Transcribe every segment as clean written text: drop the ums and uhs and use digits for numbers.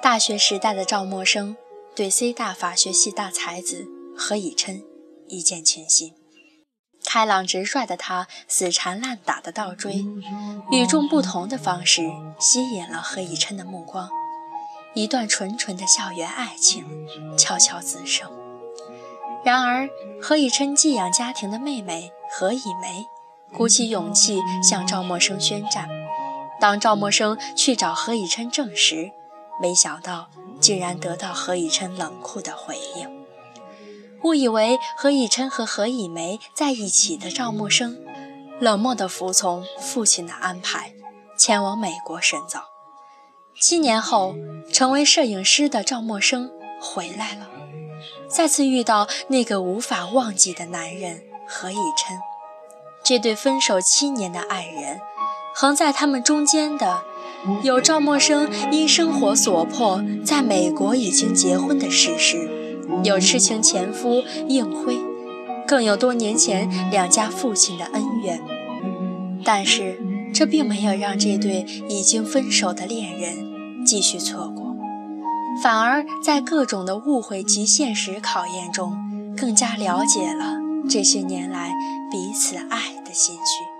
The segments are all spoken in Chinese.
大学时代的赵默笙对 C 大法学系大才子何以琛一见倾心，开朗直率的他死缠烂打的倒追，与众不同的方式吸引了何以琛的目光，一段纯纯的校园爱情悄悄滋生。然而何以琛寄养家庭的妹妹何以玫鼓起勇气向赵默笙宣战，当赵默笙去找何以琛证实，没想到竟然得到何以琛冷酷的回应。误以为何以琛和何以玫在一起的赵默笙，冷漠地服从父亲的安排，前往美国深造。7年后，成为摄影师的赵默笙回来了，再次遇到那个无法忘记的男人何以琛。这对分手7年的爱人，横在他们中间的，有赵默笙因生活所迫在美国已经结婚的事实，有痴情前夫应辉，更有多年前两家父亲的恩怨。但是这并没有让这对已经分手的恋人继续错过，反而在各种的误会及现实考验中，更加了解了这些年来彼此爱的心绪。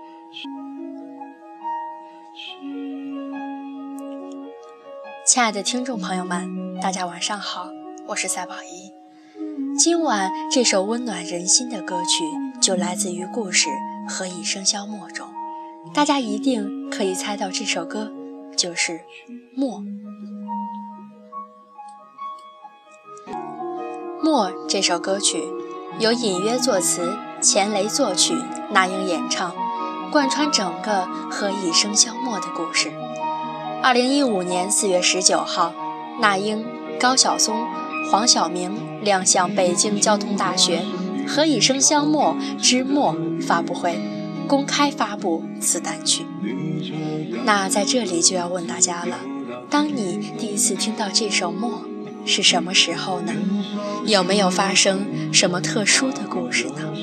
亲爱的听众朋友们，大家晚上好，我是赛宝仪。今晚这首温暖人心的歌曲就来自于故事《何以笙箫默》中，大家一定可以猜到这首歌就是《默》。《默》这首歌曲由尹约作词，钱雷作曲，那英演唱，贯穿整个何以笙箫默的故事。2015年4月19号，那英、高晓松、黄晓明亮相北京交通大学何以笙箫默之默发布会，公开发布此单曲。那在这里就要问大家了，当你第一次听到这首默是什么时候呢？有没有发生什么特殊的故事呢？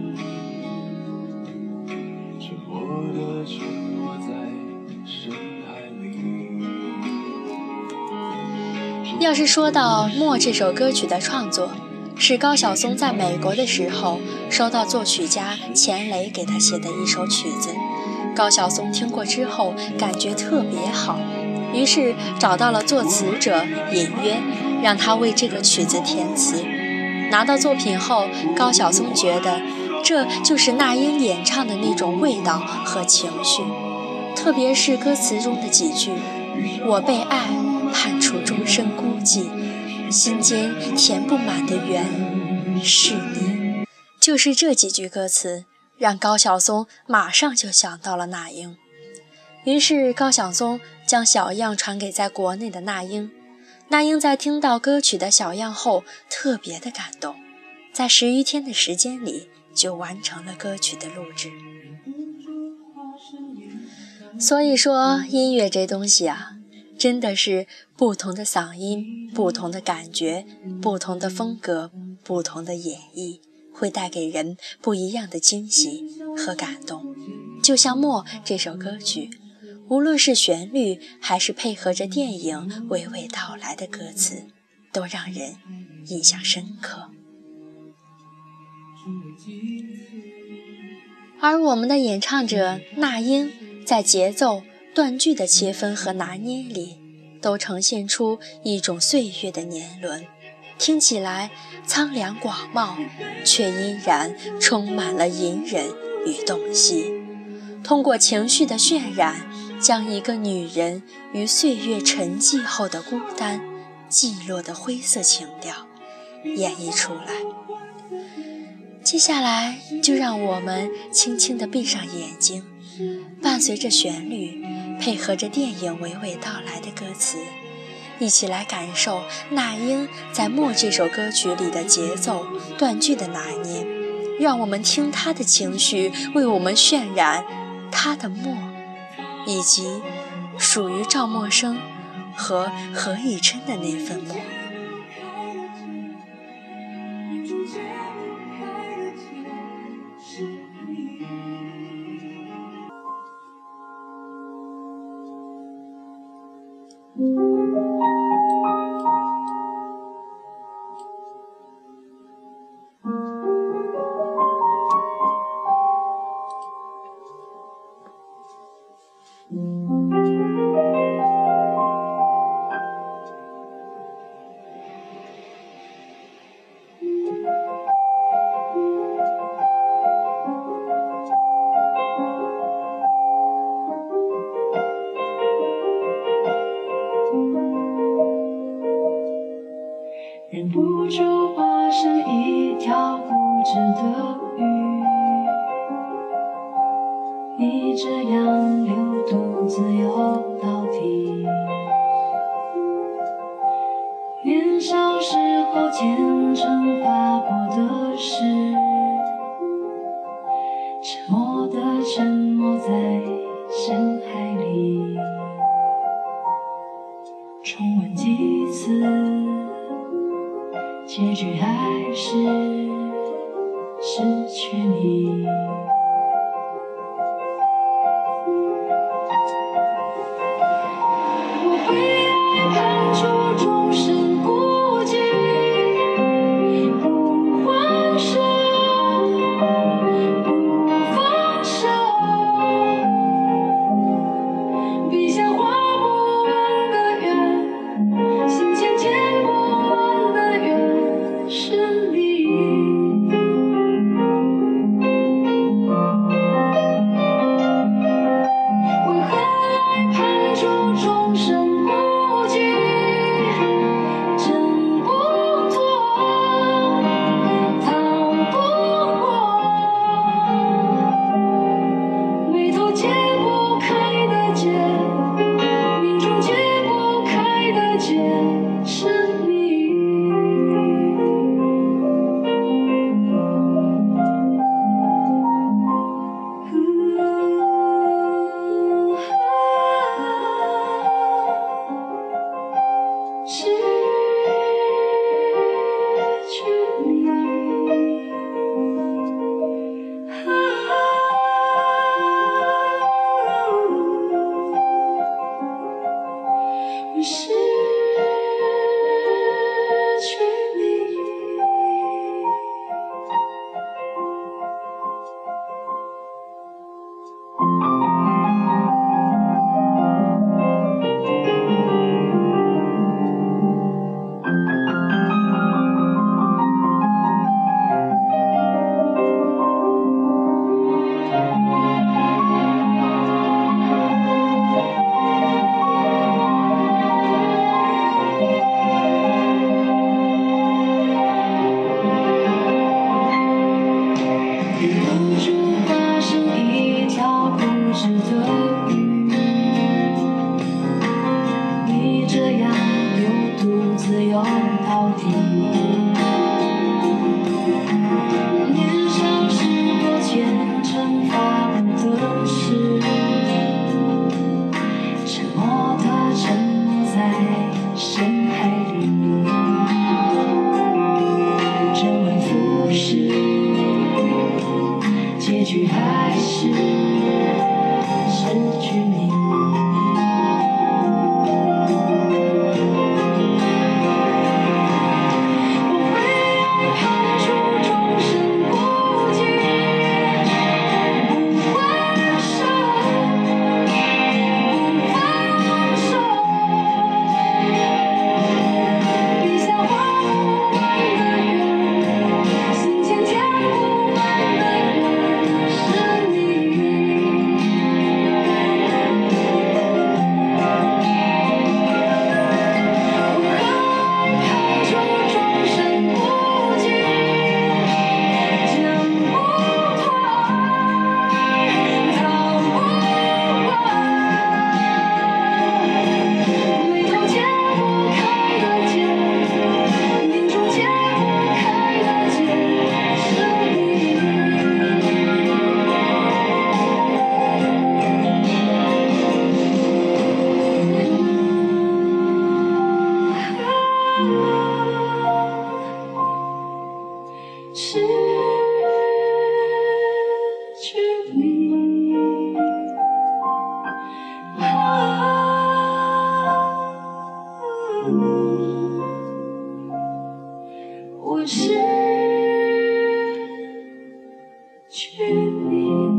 要是说到《默》这首歌曲的创作，是高晓松在美国的时候收到作曲家钱雷给他写的一首曲子，高晓松听过之后感觉特别好，于是找到了作词者尹约，让他为这个曲子填词。拿到作品后，高晓松觉得这就是那英演唱的那种味道和情绪，特别是歌词中的几句：我被爱判处终身孤寂，心间填不满的缘是你。就是这几句歌词让高晓松马上就想到了那英，于是高晓松将小样传给在国内的那英。那英在听到歌曲的小样后特别的感动，在10余天的时间里就完成了歌曲的录制。所以说音乐这东西啊，真的是不同的嗓音，不同的感觉，不同的风格，不同的演绎，会带给人不一样的惊喜和感动。就像《默》这首歌曲，无论是旋律还是配合着电影娓娓道来的歌词，都让人印象深刻。而我们的演唱者那英在节奏、断句的切分和拿捏里，都呈现出一种岁月的年轮，听起来苍凉广袤，却依然充满了隐忍与洞悉。通过情绪的渲染，将一个女人于岁月沉寂后的孤单、寂寞的灰色情调演绎出来。接下来就让我们轻轻地闭上眼睛，伴随着旋律，配合着电影娓娓道来的歌词，一起来感受那英在《默》这首歌曲里的节奏、断句的拿捏，让我们听她的情绪为我们渲染她的默，以及属于赵默笙和何以琛的那份默。 无助化身一条固执的鱼，你这样流独自游到底。年少时候虔诚发过的誓，沉默的沉没在深海里。重温几次，结局还是失去你。我为爱判处终身孤寂，不还手，不放手，笔下画不完的圆，心间填不满的缘，是你。为何爱判处终身孤寂，挣不脱，逃不过，眉头解不开的结，命中解不开的结，是你。失去你，我失去你。无助化身一条固执的鱼，你这样流独自游到底。年少时候虔诚发过的誓，沉默的沉没在深海里。周而复始，结局还是失去你。我为爱判处终身孤寂，不还手，不放手，笔下画不完的圆，心间填不满的缘，是你。我和爱判处终身孤寂，挣不脱，逃不过，眉头解不开的结，命中解不开的结，是你。失去你，我失去你。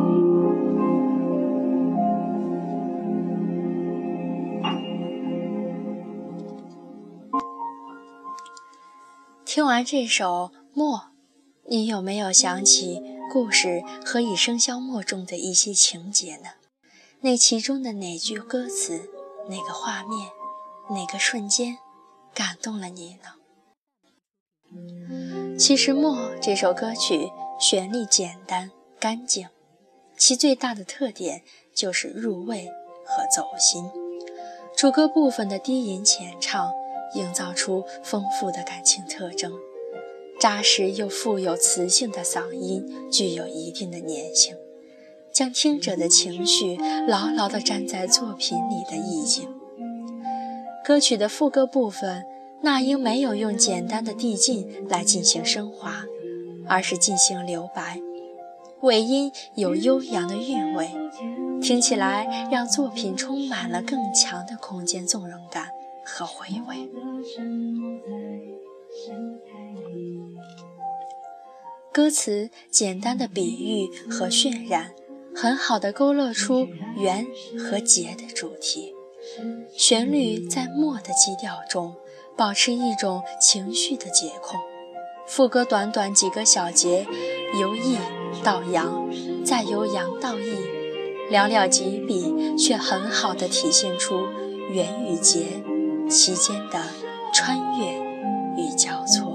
听完这首《默》，你有没有想起故事和《以笙箫默》中的一些情节呢？那其中的哪句歌词、哪个画面、哪个瞬间感动了你呢？ 其实《默》这首歌曲旋律简单干净，其最大的特点就是入味和走心。主歌部分的低吟浅唱营造出丰富的感情特征，扎实又富有磁性的嗓音具有一定的粘性，将听者的情绪牢牢地粘在作品里的意境。歌曲的副歌部分，那英没有用简单的递进来进行升华，而是进行留白，尾音有悠扬的韵味，听起来让作品充满了更强的空间纵容感和回味。歌词简单的比喻和渲染，很好地勾勒出圆和结的主题。旋律在默的基调中保持一种情绪的节控，副歌短短几个小节，由抑到扬，再由扬到抑，寥寥几笔，却很好地体现出圆与结其间的穿越与交错。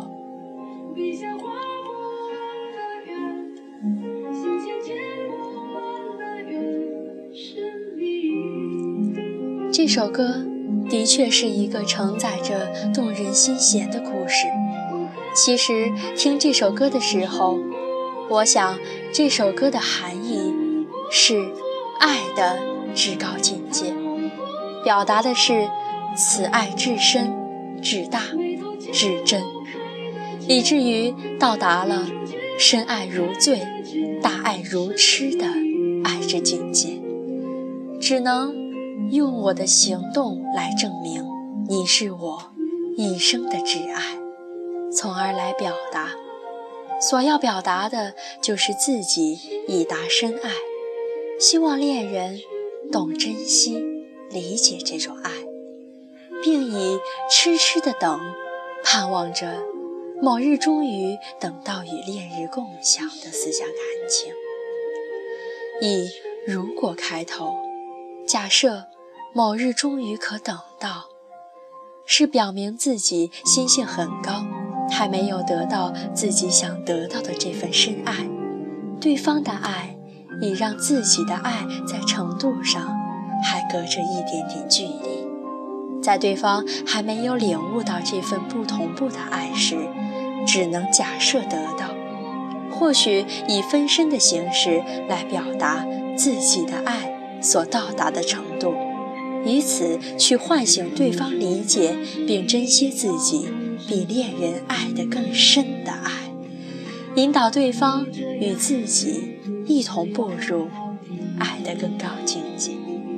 这首歌的确是一个承载着动人心弦的故事。其实听这首歌的时候，我想这首歌的含义是爱的至高境界，表达的是此爱至深、至大、至真，以至于到达了深爱如醉、大爱如痴的爱之境界。只能用我的行动来证明你是我一生的挚爱，从而来表达。所要表达的就是自己已达深爱，希望恋人懂珍惜、理解这种爱，并以痴痴的等，盼望着某日终于等到与恋人共享的思想感情。以如果开头，假设某日终于可等到，是表明自己心性很高，还没有得到自己想得到的这份深爱，对方的爱已让自己的爱在程度上还隔着一点点距离。在对方还没有领悟到这份不同步的爱时，只能假设得到，或许以分身的形式来表达自己的爱所到达的程度，以此去唤醒对方理解并珍惜自己比恋人爱得更深的爱，引导对方与自己一同步入爱的更高境界。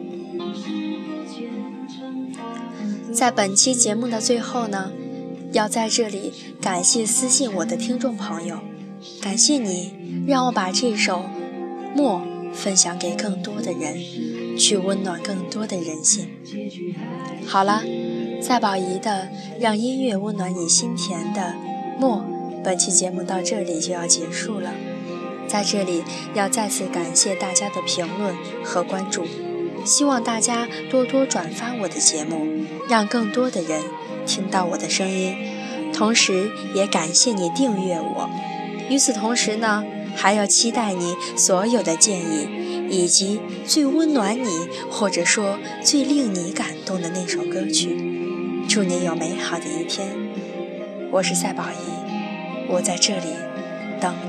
在本期节目的最后呢，要在这里感谢私信我的听众朋友，感谢你让我把这首默分享给更多的人，去温暖更多的人心。好了，赛宝仪的让音乐温暖你心田的默，本期节目到这里就要结束了。在这里要再次感谢大家的评论和关注，希望大家多多转发我的节目，让更多的人听到我的声音，同时也感谢你订阅我。与此同时呢，还要期待你所有的建议，以及最温暖你或者说最令你感动的那首歌曲。祝你有美好的一天。我是赛宝仪，我在这里等你。